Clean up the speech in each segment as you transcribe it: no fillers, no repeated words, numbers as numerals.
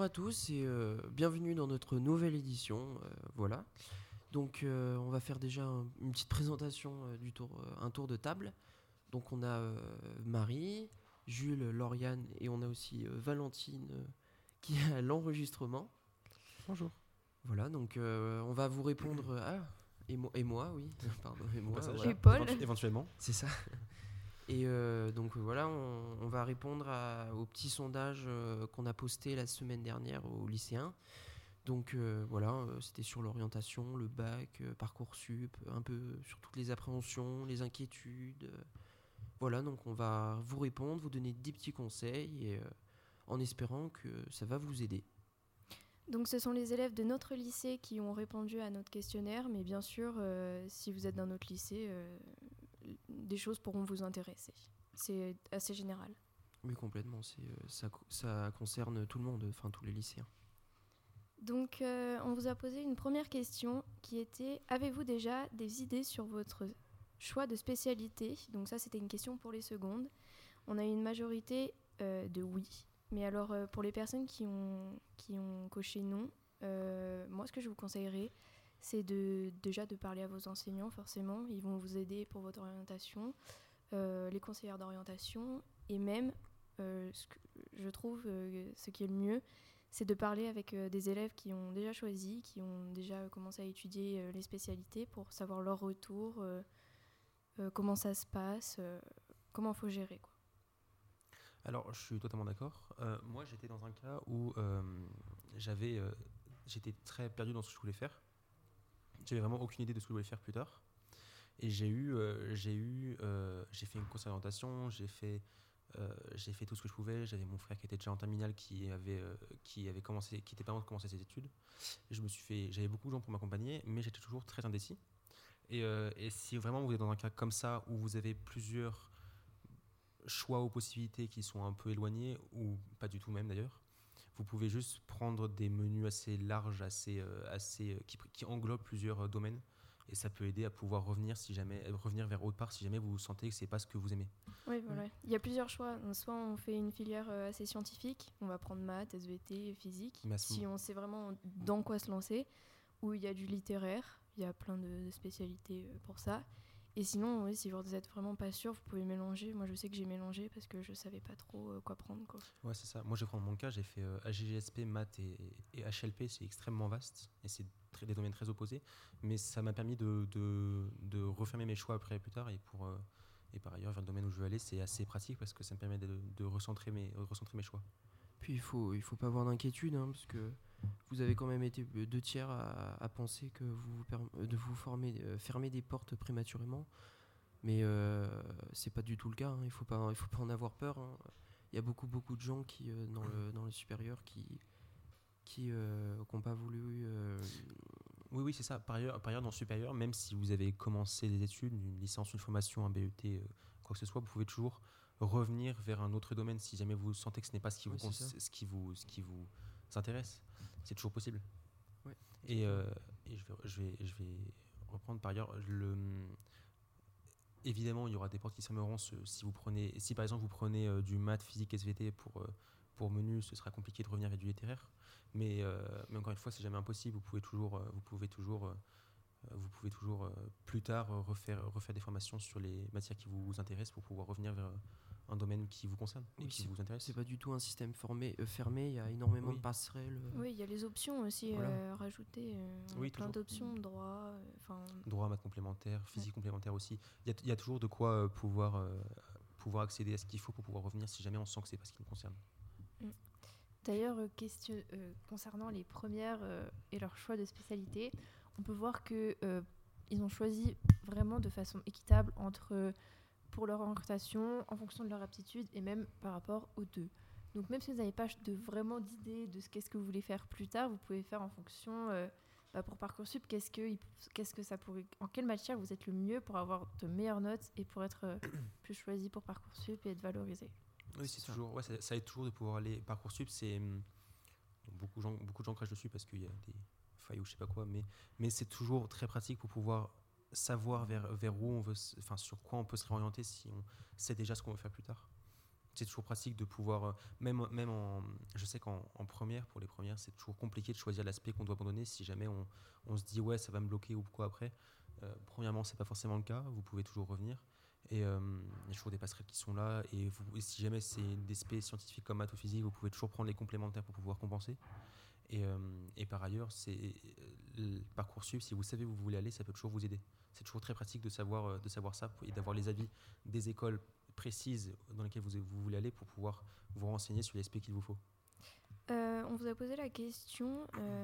à tous et bienvenue dans notre nouvelle édition. Voilà. Donc on va faire déjà une petite présentation un tour de table. Donc on a Marie, Jules, Lauriane et on a aussi Valentine qui est à l'enregistrement. Bonjour. Voilà, donc on va vous répondre. Et moi, oui. Pardon, et moi. Voilà. Et Paul. Éventuellement. C'est ça. Et donc voilà, on va répondre au petit sondage qu'on a posté la semaine dernière aux lycéens. Donc voilà, c'était sur l'orientation, le bac, Parcoursup, un peu sur toutes les appréhensions, les inquiétudes. Voilà, donc on va vous répondre, vous donner 10 petits conseils et en espérant que ça va vous aider. Donc ce sont les élèves de notre lycée qui ont répondu à notre questionnaire, mais bien sûr, si vous êtes d'un autre lycée, des choses pourront vous intéresser. C'est assez général. Oui, complètement, ça concerne tout le monde, enfin tous les lycéens. Donc on vous a posé une première question qui était: avez-vous déjà des idées sur votre choix de spécialité? Donc ça, c'était une question pour les secondes. On a eu une majorité de oui. Mais alors, pour les personnes qui ont coché non, moi, ce que je vous conseillerais, c'est déjà de parler à vos enseignants, forcément. Ils vont vous aider pour votre orientation, les conseillères d'orientation. Et même, je trouve, ce qui est le mieux, c'est de parler avec des élèves qui ont déjà choisi, qui ont déjà commencé à étudier les spécialités pour savoir leur retour, comment ça se passe, comment il faut gérer, quoi. Alors, je suis totalement d'accord. Moi, j'étais dans un cas où j'étais très perdu dans ce que je voulais faire. J'avais vraiment aucune idée de ce que je voulais faire plus tard. Et j'ai fait une course d'orientation, j'ai fait tout ce que je pouvais. J'avais mon frère qui était déjà en terminale qui était pas loin de commencer ses études. Et j'avais beaucoup de gens pour m'accompagner, mais j'étais toujours très indécis. Et si vraiment vous êtes dans un cas comme ça où vous avez plusieurs choix ou possibilités qui sont un peu éloignés, ou pas du tout même d'ailleurs, vous pouvez juste prendre des menus assez larges, qui englobent plusieurs domaines, et ça peut aider à pouvoir revenir vers autre part si jamais vous sentez que c'est pas ce que vous aimez. Oui, voilà. Il y a plusieurs choix. Soit on fait une filière assez scientifique, on va prendre maths, SVT, physique, si on sait vraiment dans quoi se lancer, ou il y a du littéraire, il y a plein de spécialités pour ça. Et sinon, oui, si vous êtes vraiment pas sûr, vous pouvez mélanger. Moi, je sais que j'ai mélangé parce que je savais pas trop quoi prendre, quoi. Ouais, c'est ça. Moi, je prends mon cas, j'ai fait AGGSP, maths et HLP, c'est extrêmement vaste et c'est des domaines très opposés. Mais ça m'a permis de refermer mes choix après plus tard, et par ailleurs, vers le domaine où je veux aller, c'est assez pratique parce que ça me permet de recentrer mes choix. Puis il faut pas avoir d'inquiétude, hein, parce que vous avez quand même été 2 tiers à penser que de vous fermer des portes prématurément. Mais c'est pas du tout le cas, hein. Il faut pas en avoir peur, hein. Il y a beaucoup de gens qui dans le supérieur qui n'ont pas voulu. Oui, c'est ça. Par ailleurs, dans le supérieur, même si vous avez commencé des études, une licence, une formation, un BET, quoi que ce soit, vous pouvez toujours revenir vers un autre domaine si jamais vous sentez que ce n'est pas ce qui vous intéresse. C'est toujours possible. Ouais. Et je vais reprendre par ailleurs. Évidemment, il y aura des portes qui se fermeront si par exemple vous prenez du maths, physique, SVT pour menu, ce sera compliqué de revenir vers du littéraire. Mais encore une fois, c'est jamais impossible. Vous pouvez toujours plus tard refaire des formations sur les matières qui vous intéressent pour pouvoir revenir vers un domaine qui vous concerne et qui vous intéresse. C'est pas du tout un système fermé. Il y a énormément de passerelles. Oui, il y a les options aussi rajoutées. Plein d'options, droit. Droit, maths complémentaire, physique complémentaire aussi. Il y a toujours de quoi pouvoir accéder à ce qu'il faut pour pouvoir revenir si jamais on sent que c'est pas ce qui nous concerne. D'ailleurs, concernant les premières et leur choix de spécialité, on peut voir qu'ils ont choisi vraiment de façon équitable pour leur orientation, en fonction de leur aptitude et même par rapport aux deux. Donc même si vous n'avez pas vraiment d'idée de qu'est-ce que vous voulez faire plus tard, vous pouvez faire en fonction, pour Parcoursup, en quelle matière vous êtes le mieux pour avoir de meilleures notes et pour être plus choisi pour Parcoursup et être valorisé. Oui, ça aide toujours de pouvoir aller. Parcoursup, c'est beaucoup de gens crachent dessus parce qu'il y a des failles ou je sais pas quoi, mais c'est toujours très pratique pour pouvoir savoir vers où on veut, sur quoi on peut se réorienter si on sait déjà ce qu'on veut faire plus tard. c'est toujours pratique de pouvoir, je sais qu'en première, pour les premières, c'est toujours compliqué de choisir l'aspect qu'on doit abandonner si jamais on se dit ouais, ça va me bloquer ou quoi après. Premièrement, c'est pas forcément le cas, vous pouvez toujours revenir. Et il y a toujours des passerelles qui sont là. Et si jamais c'est des spé scientifiques comme maths ou physique, vous pouvez toujours prendre les complémentaires pour pouvoir compenser. Et par ailleurs, le Parcoursup, si vous savez où vous voulez aller, ça peut toujours vous aider. C'est toujours très pratique de savoir ça et d'avoir les avis des écoles précises dans lesquelles vous voulez aller pour pouvoir vous renseigner sur les SP qu'il vous faut. On vous a posé la question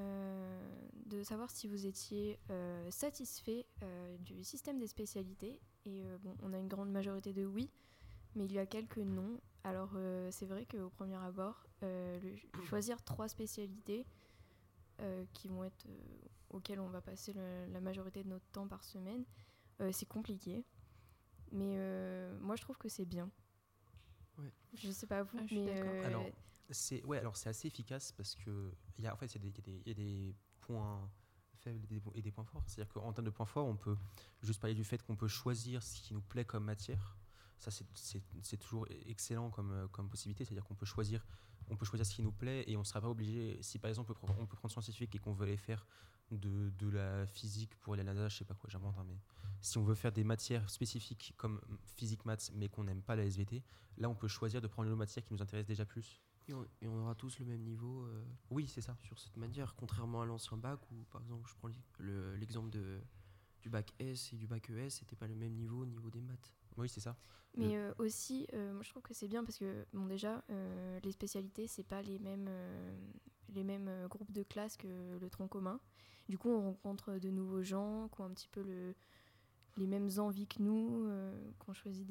de savoir si vous étiez satisfait du système des spécialités. Et bon, on a une grande majorité de oui, mais il y a quelques non. Alors c'est vrai qu'au premier abord, choisir 3 spécialités qui vont être auxquelles on va passer la majorité de notre temps par semaine, c'est compliqué. Mais moi je trouve que c'est bien. Ouais. Je sais pas vous, Je suis mais d'accord. Alors c'est assez efficace parce que il y a des points faibles et des points forts. C'est-à-dire qu'en termes de points forts, on peut juste parler du fait qu'on peut choisir ce qui nous plaît comme matière. Ça, c'est toujours excellent comme possibilité. C'est-à-dire qu'on peut choisir ce qui nous plaît et on ne sera pas obligé. Si par exemple on peut prendre scientifique et qu'on veut aller faire de la physique pour aller à la NASA, je sais pas quoi, j'invente, hein, mais si on veut faire des matières spécifiques comme physique, maths, mais qu'on n'aime pas la SVT, là on peut choisir de prendre une autre matière qui nous intéresse déjà plus. Et on aura tous le même niveau Oui, c'est ça. sur cette matière, contrairement à l'ancien bac où, par exemple, je prends l'exemple du bac S et du bac ES, c'était pas le même niveau au niveau des maths. Oui, c'est ça. Mais aussi, moi je trouve que c'est bien parce que, bon, déjà, les spécialités, c'est pas les mêmes groupes de classe que le tronc commun. Du coup, on rencontre de nouveaux gens qui ont un petit peu les mêmes envies que nous, qui ont choisi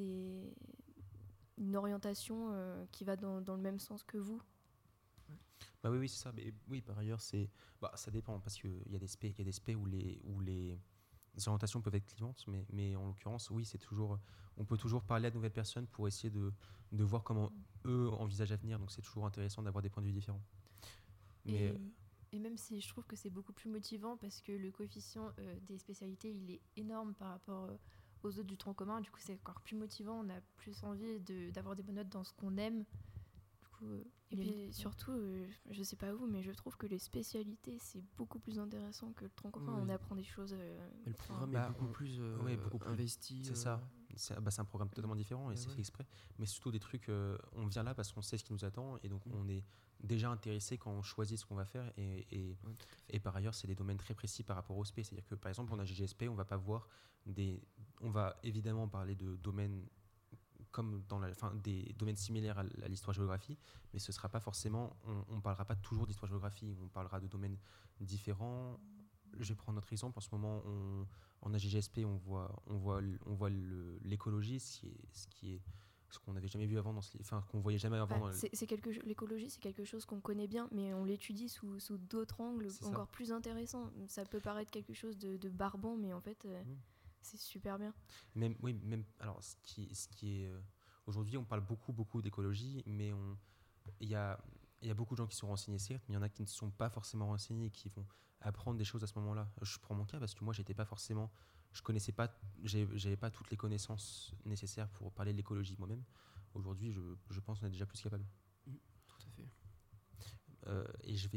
une orientation qui va dans le même sens que vous. Bah oui, c'est ça. Mais oui, par ailleurs, ça dépend parce qu'il y a des spé où les orientations peuvent être clivantes, mais en l'occurrence, oui, on peut toujours parler à de nouvelles personnes pour essayer de voir comment eux envisagent l'avenir. Donc c'est toujours intéressant d'avoir des points de vue différents. Et même si je trouve que c'est beaucoup plus motivant parce que le coefficient des spécialités, il est énorme par rapport aux autres du tronc commun. Du coup, c'est encore plus motivant. On a plus envie d'avoir des bonnes notes dans ce qu'on aime. Du coup, Et puis surtout, je sais pas vous, mais je trouve que les spécialités, c'est beaucoup plus intéressant que le tronc commun. Oui. On apprend des choses. Mais le programme est beaucoup plus investi. C'est ça. C'est un programme totalement différent et c'est fait exprès. Mais surtout des trucs, on vient là parce qu'on sait ce qui nous attend et donc on est déjà intéressé quand on choisit ce qu'on va faire. Et par ailleurs, c'est des domaines très précis par rapport au SP. C'est-à-dire que par exemple, on a GGSP, on va pas voir on va évidemment parler de domaines comme des domaines similaires à l'histoire-géographie, mais ce sera pas forcément, on parlera pas toujours d'histoire-géographie, on parlera de domaines différents. Je vais prendre notre exemple. En ce moment, en AGGSP, on voit l'écologie, ce qu'on n'avait jamais vu avant qu'on voyait jamais avant. L'écologie, c'est quelque chose qu'on connaît bien, mais on l'étudie sous d'autres angles encore plus intéressants. Ça peut paraître quelque chose de barbant, mais en fait, c'est super bien. Même alors, ce qui est aujourd'hui, on parle beaucoup d'écologie, mais il y a beaucoup de gens qui sont renseignés, certes, mais il y en a qui ne sont pas forcément renseignés et qui vont apprendre des choses à ce moment-là. Je prends mon cas parce que moi, je connaissais pas, j'avais pas toutes les connaissances nécessaires pour parler de l'écologie moi-même. Aujourd'hui, je pense qu'on est déjà plus capable. Tout à fait. Et je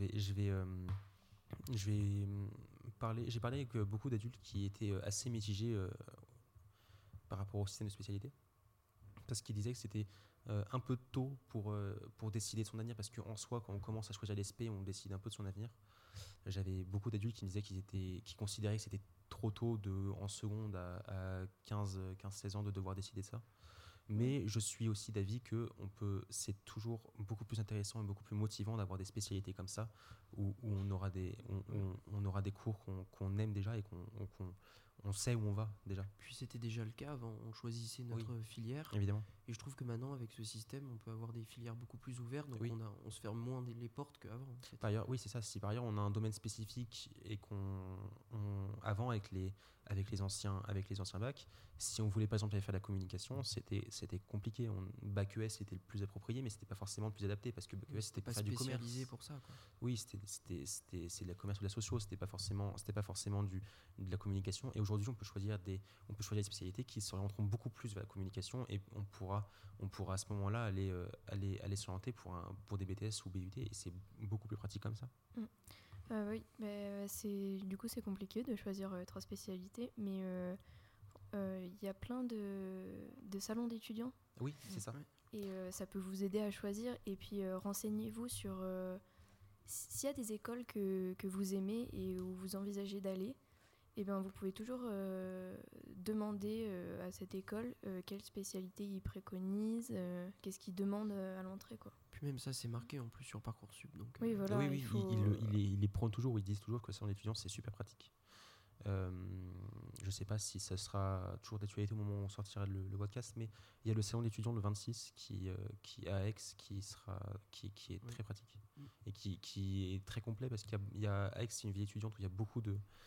vais parler. J'ai parlé avec beaucoup d'adultes qui étaient assez mitigés par rapport au système de spécialité, parce qu'ils disaient que c'était un peu tôt pour décider de son avenir, parce qu'en soi, quand on commence à choisir l'SP, on décide un peu de son avenir. J'avais beaucoup d'adultes qui me disaient qu'ils considéraient que c'était trop tôt en seconde à 15-16 ans de devoir décider de ça. Mais je suis aussi d'avis que c'est toujours beaucoup plus intéressant et beaucoup plus motivant d'avoir des spécialités comme ça, où on aura des cours qu'on aime déjà et qu'on sait où on va déjà. Puis c'était déjà le cas avant, on choisissait notre filière. Évidemment. Et je trouve que maintenant, avec ce système, on peut avoir des filières beaucoup plus ouvertes, donc on se ferme moins les portes qu'avant. En fait. Par ailleurs, oui, c'est ça. Si par ailleurs on a un domaine spécifique et avant avec les anciens bacs, si on voulait par exemple aller faire de la communication, c'était compliqué. Bac ES c'était le plus approprié, mais c'était pas forcément le plus adapté parce que bac ES c'était pas faire du commerce. spécialisé pour ça, quoi. Oui, c'est de la commerce ou de la socio, c'était pas forcément de la communication. Et aujourd'hui, on peut choisir des spécialités qui s'orienteront beaucoup plus vers la communication et on pourra à ce moment-là aller s'orienter pour des BTS ou BUT et c'est beaucoup plus pratique comme ça. Oui, mais du coup c'est compliqué de choisir 3 spécialités, mais il y a plein de salons d'étudiants. Oui, c'est ça. Et ça peut vous aider à choisir. Et puis renseignez-vous sur s'il y a des écoles que vous aimez et où vous envisagez d'aller. Et ben, vous pouvez toujours demander à cette école quelle spécialité ils préconisent, qu'est-ce qu'ils demandent à l'entrée, quoi. Puis même ça, c'est marqué en plus sur Parcoursup. Donc, Oui, voilà. oui, il faut... ils les prônent toujours, ils disent toujours que le salon d'étudiants, c'est super pratique. Je ne sais pas si ça sera toujours d'actualité au moment où on sortira le podcast, mais il y a le salon d'étudiants le 26 qui à Aix qui est très pratique et qui est très complet parce qu'il y a à Aix, c'est une ville étudiante où il y a beaucoup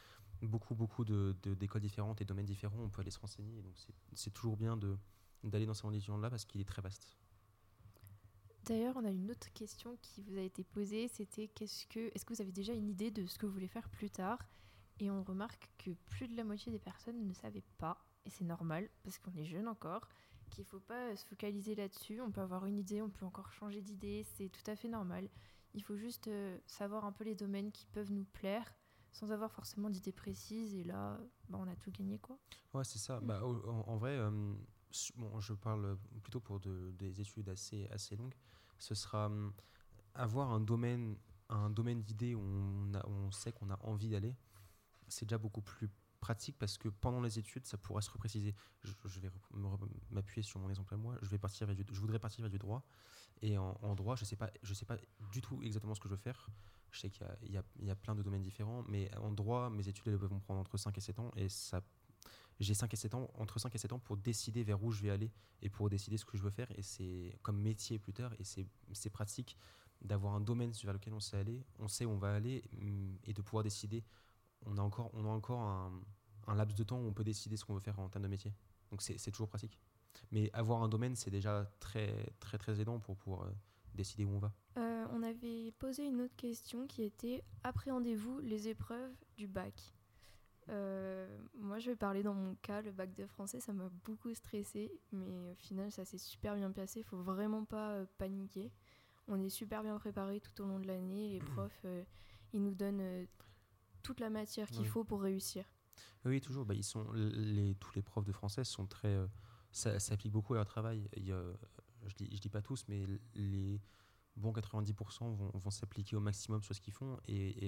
d'écoles différentes et domaines différents, on peut aller se renseigner, donc c'est toujours bien d'aller dans ce salon d'étudiants là parce qu'il est très vaste. D'ailleurs, on a une autre question qui vous a été posée, c'était est-ce que vous avez déjà une idée de ce que vous voulez faire plus tard ? Et on remarque que plus de la moitié des personnes ne savaient pas, et c'est normal, parce qu'on est jeune encore, qu'il ne faut pas se focaliser là-dessus. On peut avoir une idée, on peut encore changer d'idée, c'est tout à fait normal. Il faut juste savoir un peu les domaines qui peuvent nous plaire, sans avoir forcément d'idées précises, et là, on a tout gagné, quoi. Ouais, c'est ça. En vrai, je parle plutôt pour des études assez longues. Ce sera avoir un domaine d'idées où on sait qu'on a envie d'aller. C'est déjà beaucoup plus pratique parce que pendant les études, ça pourra se repréciser. Je vais m'appuyer sur mon exemple à moi. Je voudrais partir vers du droit. Et en droit, je sais pas du tout exactement ce que je veux faire. Je sais qu'il y a plein de domaines différents, mais en droit, mes études elles vont prendre entre 5 et 7 ans. Et j'ai entre 5 et 7 ans pour décider vers où je vais aller et pour décider ce que je veux faire. Et c'est comme métier plus tard. Et c'est pratique d'avoir un domaine vers lequel on sait aller. On sait où on va aller et de pouvoir décider. On a encore un laps de temps où on peut décider ce qu'on veut faire en termes de métier. Donc c'est toujours pratique. Mais avoir un domaine, c'est déjà très, très, très aidant pour pouvoir décider où on va. On avait posé une autre question qui était « Appréhendez-vous les épreuves du bac ?» Moi, je vais parler dans mon cas. Le bac de français, ça m'a beaucoup stressée. Mais au final, ça s'est super bien passé. Il ne faut vraiment pas paniquer. On est super bien préparés tout au long de l'année. Les profs, ils nous donnent toute la matière qu'il faut pour réussir. Oui, toujours. Tous les profs de français sont très... ça applique beaucoup à leur travail. Je dis pas tous, mais les bons 90% vont s'appliquer au maximum sur ce qu'ils font. Et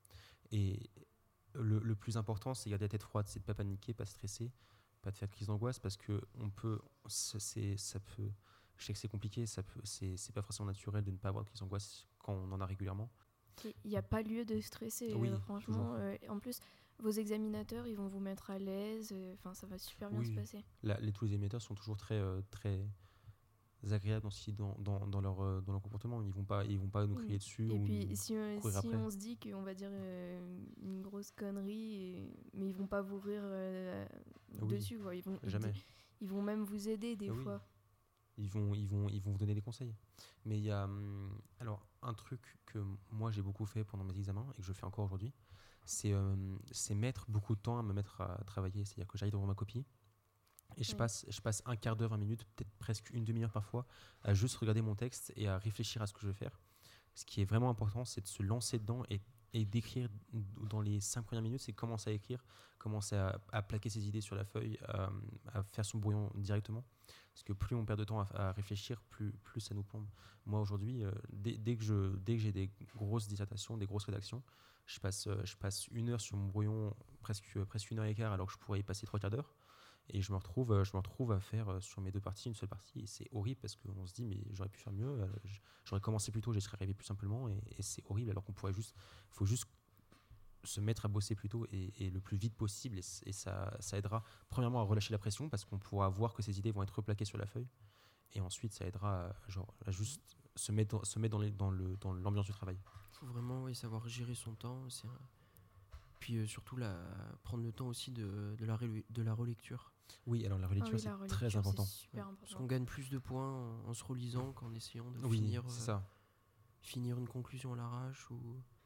le plus important, c'est garder la tête froide, c'est de ne pas paniquer, pas stresser, pas de faire crise d'angoisse, parce que ça peut... Je sais que c'est compliqué, c'est pas forcément naturel de ne pas avoir de crise d'angoisse quand on en a régulièrement. Il n'y a pas lieu de stresser, franchement. En plus, vos examinateurs, ils vont vous mettre à l'aise. Ça va super bien se passer. Tous les examinateurs sont toujours très, très agréables dans leur comportement. Ils vont pas nous crier dessus. Et puis, si on se dit qu'on va dire une grosse connerie, mais ils vont pas vous rire dessus. Quoi. Jamais. Ils vont même vous aider des fois. Ils vont vous donner des conseils. Mais il y a alors un truc que moi j'ai beaucoup fait pendant mes examens et que je fais encore aujourd'hui, c'est mettre beaucoup de temps à me mettre à travailler. C'est-à-dire que j'arrive devant ma copie et je passe un quart d'heure, 20 minutes, peut-être presque une demi-heure parfois, à juste regarder mon texte et à réfléchir à ce que je vais faire. Ce qui est vraiment important, c'est de se lancer dedans et d'écrire dans les 5 premières minutes, c'est commencer à écrire, commencer à plaquer ses idées sur la feuille, à faire son brouillon directement. Parce que plus on perd de temps à réfléchir, plus ça nous plombe. Moi aujourd'hui, dès que j'ai des grosses dissertations, des grosses rédactions, je passe 1 heure sur mon brouillon, presque 1 heure et quart, alors que je pourrais y passer 3 quarts d'heure. Et je me retrouve à faire sur mes 2 parties une seule partie. Et c'est horrible parce qu'on se dit, mais j'aurais pu faire mieux. J'aurais commencé plus tôt, j'y serais arrivé plus simplement. Et c'est horrible alors qu'il faut juste se mettre à bosser plus tôt et le plus vite possible. Et ça aidera premièrement à relâcher la pression parce qu'on pourra voir que ces idées vont être replaquées sur la feuille. Et ensuite, ça aidera à juste se mettre dans l'ambiance du travail. Il faut vraiment savoir gérer son temps. Puis surtout prendre le temps aussi de la relecture. Oui, alors la relecture, c'est très important. C'est super important. Parce qu'on gagne plus de points en se relisant qu'en essayant de finir une conclusion à l'arrache.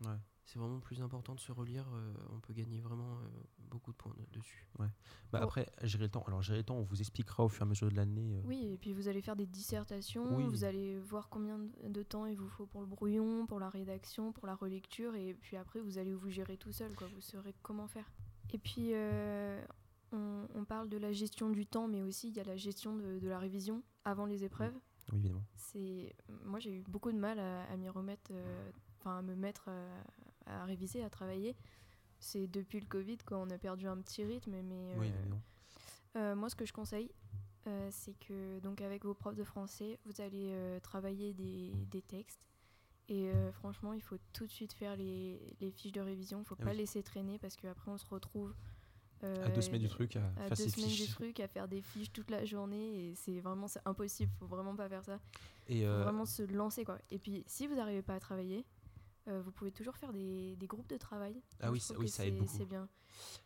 c'est vraiment plus important de se relire. On peut gagner vraiment beaucoup de points dessus. Bah, après, gérer le temps. Alors, gérer le temps, on vous expliquera au fur et à mesure de l'année. Oui, et puis vous allez faire des dissertations, Oui. vous allez voir combien de temps il vous faut pour le brouillon, pour la rédaction, pour la relecture, et puis après vous allez vous gérer tout seul, quoi. Vous saurez comment faire. Et puis on parle de la gestion du temps, mais aussi il y a la gestion de la révision avant les épreuves. Oui, évidemment. Moi j'ai eu beaucoup de mal à m'y remettre, à me mettre à réviser, à travailler. C'est depuis le Covid qu'on a perdu un petit rythme, mais Oui, évidemment. moi ce que je conseille, c'est que donc avec vos profs de français, vous allez travailler des textes. Et franchement, il faut tout de suite faire les fiches de révision. Il ne faut pas laisser traîner parce qu'après, on se retrouve à 2 semaines du truc, à faire ses fiches. À faire des fiches toute la journée. Et c'est impossible. Il ne faut vraiment pas faire ça. Il faut vraiment se lancer, quoi. Et puis, si vous n'arrivez pas à travailler, vous pouvez toujours faire des groupes de travail. Ah oui, ça aide beaucoup. C'est bien.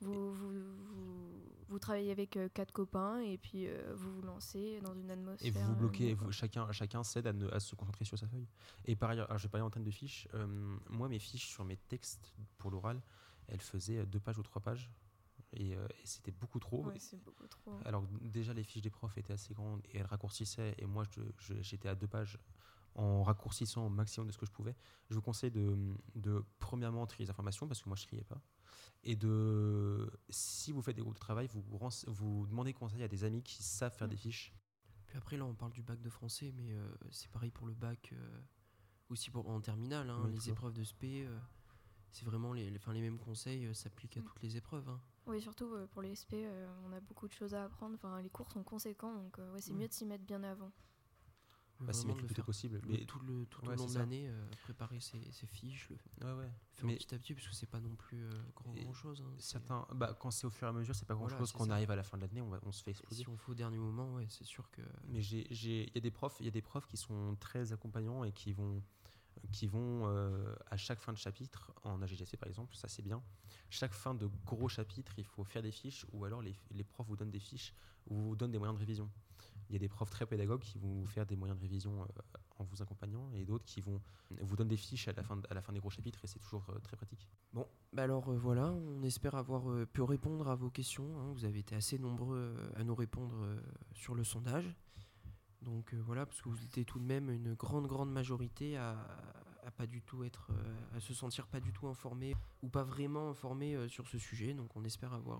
Vous travaillez avec 4 copains et puis vous vous lancez dans une atmosphère. Et vous vous bloquez, chacun s'aide à se concentrer sur sa feuille. Et par ailleurs, je vais parler en termes de fiches. Moi, mes fiches sur mes textes pour l'oral, elles faisaient 2 pages ou 3 pages. Et c'était beaucoup trop. Ouais, c'est beaucoup trop. Alors déjà, les fiches des profs étaient assez grandes et elles raccourcissaient. Et moi, j'étais à 2 pages en raccourcissant au maximum de ce que je pouvais. Je vous conseille de premièrement trier les informations parce que moi, je ne triais pas. Et si vous faites des groupes de travail, vous demandez conseil à des amis qui savent faire des fiches. Puis après, là, on parle du bac de français, mais c'est pareil pour le bac, aussi en terminale. Hein, les épreuves de spé, c'est vraiment les mêmes conseils s'appliquent à toutes les épreuves. Hein. Oui, surtout pour les SP, on a beaucoup de choses à apprendre. Enfin, les cours sont conséquents, donc c'est mieux de s'y mettre bien avant. C'est le plus tôt possible. Mais tout au long de l'année, préparer ses fiches, faire petit à petit, parce que c'est pas non plus grand chose. Hein, quand c'est au fur et à mesure, c'est pas grand chose. Quand on arrive à la fin de l'année, on se fait exploser. Si on fait au dernier moment, c'est sûr que. Mais il y a des profs qui sont très accompagnants et qui vont à chaque fin de chapitre, en AGGC par exemple, ça c'est bien. Chaque fin de gros chapitre, il faut faire des fiches, ou alors les profs vous donnent des fiches ou vous donnent des moyens de révision. Il y a des profs très pédagogues qui vont vous faire des moyens de révision en vous accompagnant, et d'autres qui vont vous donner des fiches à la fin des gros chapitres, et c'est toujours très pratique. Bon, alors voilà, on espère avoir pu répondre à vos questions. Hein. Vous avez été assez nombreux à nous répondre sur le sondage. Donc voilà, parce que vous étiez tout de même une grande majorité à pas du tout à se sentir pas du tout informé ou pas vraiment informé sur ce sujet. Donc on espère avoir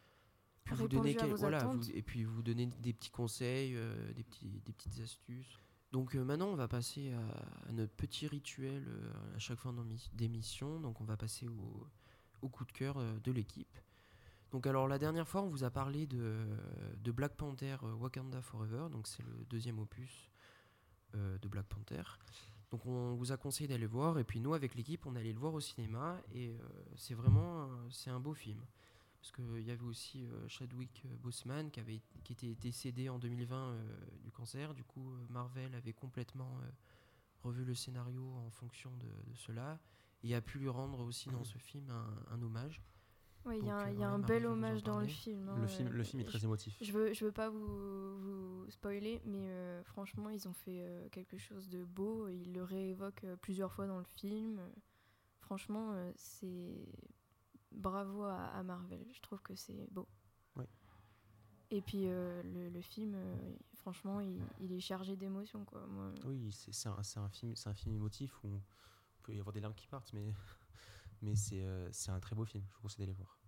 pu vous donner et puis vous donner des petits conseils, des petites astuces. Donc maintenant on va passer à notre petit rituel à chaque fin d'émission. Donc on va passer au coup de cœur de l'équipe. Donc alors la dernière fois on vous a parlé de Black Panther Wakanda Forever, donc c'est le 2e opus de Black Panther. Donc on vous a conseillé d'aller le voir, et puis nous avec l'équipe on allait le voir au cinéma, et c'est un beau film. Parce qu'il y avait aussi Chadwick Boseman qui était décédé en 2020 du cancer. Du coup Marvel avait complètement revu le scénario en fonction de cela, et a pu lui rendre aussi dans ce film un hommage. Oui, il y a un bel hommage dans le film. Hein, le film est très émotif. Je veux pas vous spoiler, mais franchement, ils ont fait quelque chose de beau. Ils le réévoquent plusieurs fois dans le film. Franchement, c'est bravo à Marvel. Je trouve que c'est beau. Oui. Et puis le film, franchement, il est chargé d'émotions, quoi. Oui, c'est un film émotif où il peut y avoir des larmes qui partent, mais c'est un très beau film, je vous conseille d'aller voir.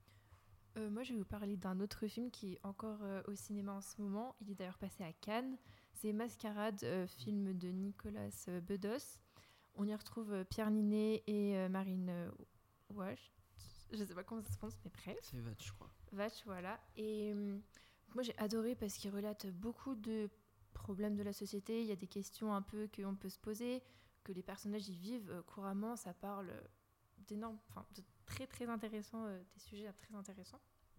Moi, je vais vous parler d'un autre film qui est encore au cinéma en ce moment. Il est d'ailleurs passé à Cannes. C'est Mascarade, film de Nicolas Bedos. On y retrouve Pierre Ninet et Marine Wash. Je ne sais pas comment ça se prononce, mais bref. C'est Vatch, je crois. Vatch, voilà. Et moi, j'ai adoré parce qu'il relate beaucoup de problèmes de la société. Il y a des questions un peu qu'on peut se poser, que les personnages y vivent couramment. Ça parle d'énormes, de très très intéressant, des sujets très intéressants.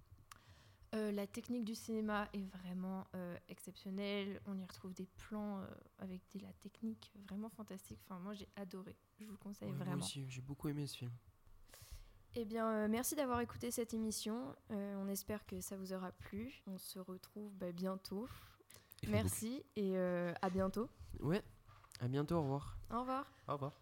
La technique du cinéma est vraiment exceptionnelle. On y retrouve des plans avec de la technique vraiment fantastique. Enfin, moi, j'ai adoré. Je vous le conseille vraiment. Moi aussi, j'ai beaucoup aimé ce film. Eh bien, merci d'avoir écouté cette émission. On espère que ça vous aura plu. On se retrouve bientôt. Merci et à bientôt. Ouais, à bientôt, au revoir. Au revoir. Au revoir.